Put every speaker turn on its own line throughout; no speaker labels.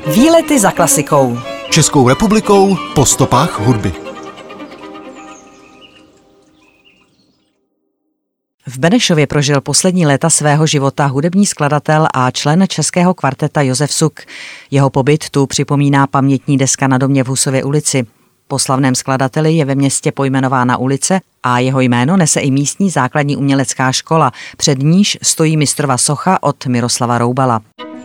Výlety za klasikou.
Českou republikou po stopách hudby.
V Benešově prožil poslední léta svého života hudební skladatel a člen českého kvarteta Josef Suk. Jeho pobyt tu připomíná pamětní deska na domě v Husově ulici. Po slavném skladateli je ve městě pojmenována ulice a jeho jméno nese i místní základní umělecká škola, před níž stojí mistrova socha od Miroslava Roubala.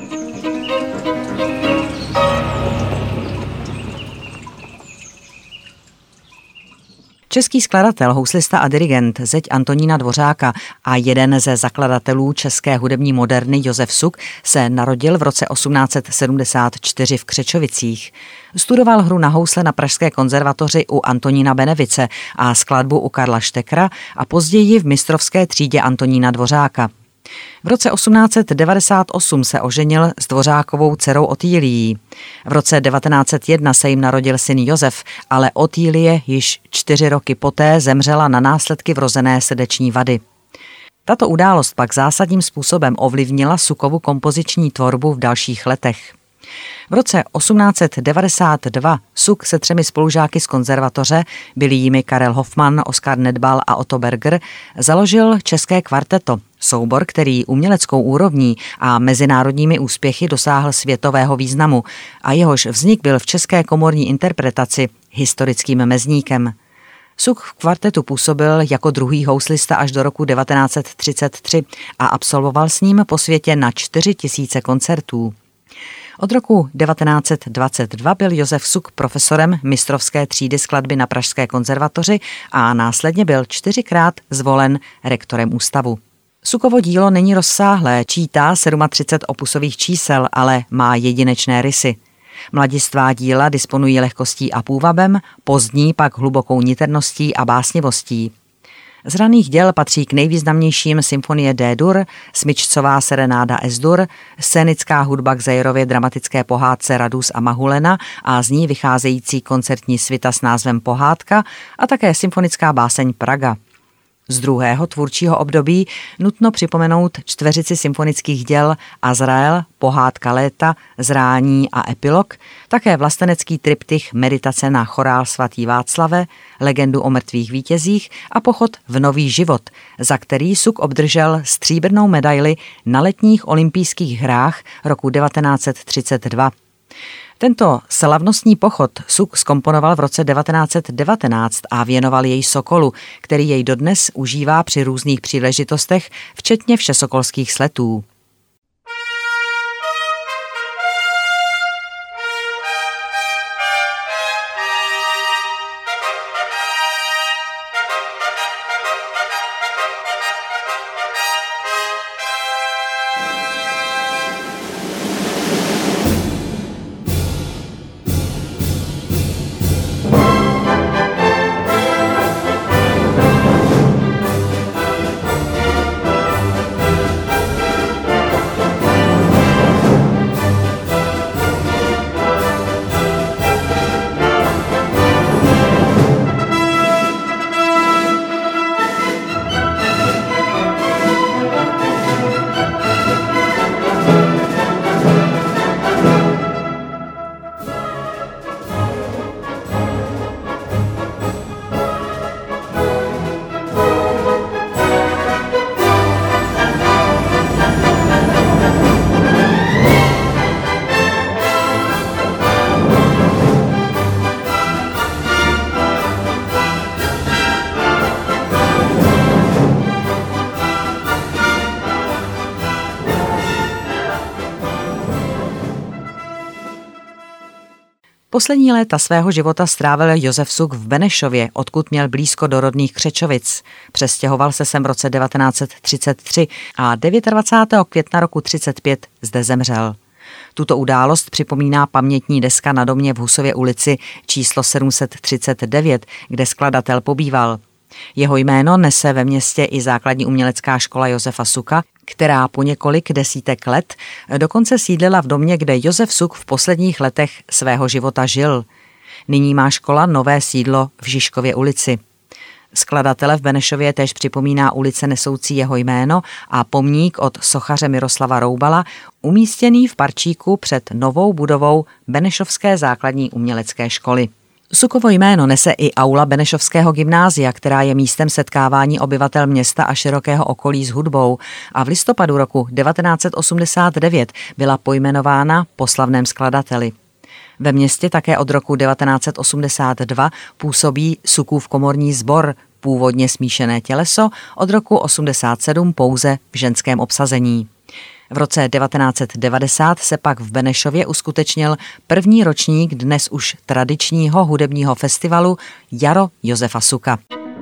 Český skladatel, houslista a dirigent zeď Antonína Dvořáka a jeden ze zakladatelů české hudební moderny Josef Suk se narodil v roce 1874 v Křečovicích. Studoval hru na housle na Pražské konzervatoři u Antonína Benevice a skladbu u Karla Štekra a později v mistrovské třídě Antonína Dvořáka. V roce 1898 se oženil s Dvořákovou dcerou Otýlií. V roce 1901 se jim narodil syn Josef, ale Otýlie již 4 roky poté zemřela na následky vrozené srdeční vady. Tato událost pak zásadním způsobem ovlivnila Sukovu kompoziční tvorbu v dalších letech. V roce 1892 Suk se 3 spolužáky z konzervatoře, byli jimi Karel Hofmann, Oskar Nedbal a Otto Berger, založil české kvarteto, soubor, který uměleckou úrovní a mezinárodními úspěchy dosáhl světového významu a jehož vznik byl v české komorní interpretaci historickým mezníkem. Suk v kvartetu působil jako druhý houslista až do roku 1933 a absolvoval s ním po světě na 4 000 koncertů. Od roku 1922 byl Josef Suk profesorem mistrovské třídy skladby na Pražské konzervatoři a následně byl 4krát zvolen rektorem ústavu. Sukovo dílo není rozsáhlé, čítá 37 opusových čísel, ale má jedinečné rysy. Mladistvá díla disponují lehkostí a půvabem, pozdní pak hlubokou niterností a básnivostí. Z raných děl patří k nejvýznamnějším symfonie D-dur, smyčcová serenáda S-dur, scénická hudba k Zajerově dramatické pohádce Radus a Mahulena a z ní vycházející koncertní svita s názvem Pohádka a také symfonická báseň Praga. Z druhého tvůrčího období nutno připomenout čtveřici symfonických děl Azrael, Pohádka léta, Zrání a Epilog, také vlastenecký triptych Meditace na chorál svatý Václave, Legendu o mrtvých vítězích a Pochod v nový život, za který Suk obdržel stříbrnou medaili na letních olympijských hrách roku 1932. Tento slavnostní pochod Suk zkomponoval v roce 1919 a věnoval jej Sokolu, který jej dodnes užívá při různých příležitostech, včetně všesokolských sletů. Poslední léta svého života strávil Josef Suk v Benešově, odkud měl blízko do rodných Křečovic. Přestěhoval se sem v roce 1933 a 29. května roku 1935 zde zemřel. Tuto událost připomíná pamětní deska na domě v Husově ulici číslo 739, kde skladatel pobýval. Jeho jméno nese ve městě i základní umělecká škola Josefa Suka, která po několik desítek let dokonce sídlila v domě, kde Josef Suk v posledních letech svého života žil. Nyní má škola nové sídlo v Žižkově ulici. Skladatele v Benešově též připomíná ulice nesoucí jeho jméno a pomník od sochaře Miroslava Roubala, umístěný v parčíku před novou budovou Benešovské základní umělecké školy. Sukovo jméno nese i aula Benešovského gymnázia, která je místem setkávání obyvatel města a širokého okolí s hudbou a v listopadu roku 1989 byla pojmenována po slavném skladateli. Ve městě také od roku 1982 působí Sukův komorní sbor, původně smíšené těleso, od roku 1987 pouze v ženském obsazení. V roce 1990 se pak v Benešově uskutečnil první ročník dnes už tradičního hudebního festivalu Jaro Josefa Suka.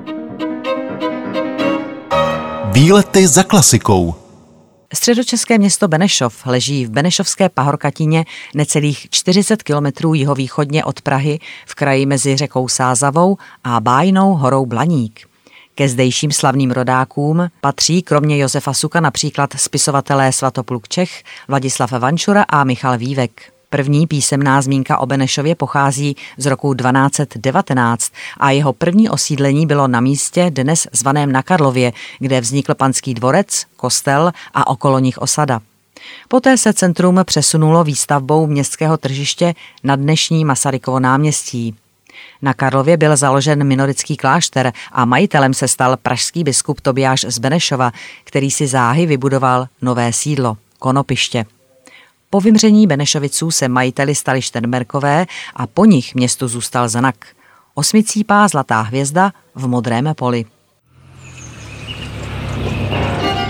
Výlety za klasikou.
Středočeské město Benešov leží v Benešovské pahorkatině necelých 40 kilometrů jihovýchodně od Prahy v kraji mezi řekou Sázavou a bájnou horou Blaník. Ke zdejším slavným rodákům patří kromě Josefa Suka například spisovatelé Svatopluk Čech, Vladislav Vančura a Michal Vývek. První písemná zmínka o Benešově pochází z roku 1219 a jeho první osídlení bylo na místě dnes zvaném Na Karlově, kde vznikl panský dvorec, kostel a okolo nich osada. Poté se centrum přesunulo výstavbou městského tržiště na dnešní Masarykovo náměstí. Na Karlově byl založen minorický klášter a majitelem se stal pražský biskup Tobiáš z Benešova, který si záhy vybudoval nové sídlo, Konopiště. Po vymření Benešoviců se majiteli stali Šternberkové a po nich městu zůstal znak. Osmicípá zlatá hvězda v modrém poli.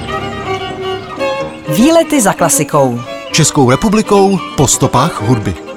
Výlety za klasikou.
Českou republikou po stopách hudby.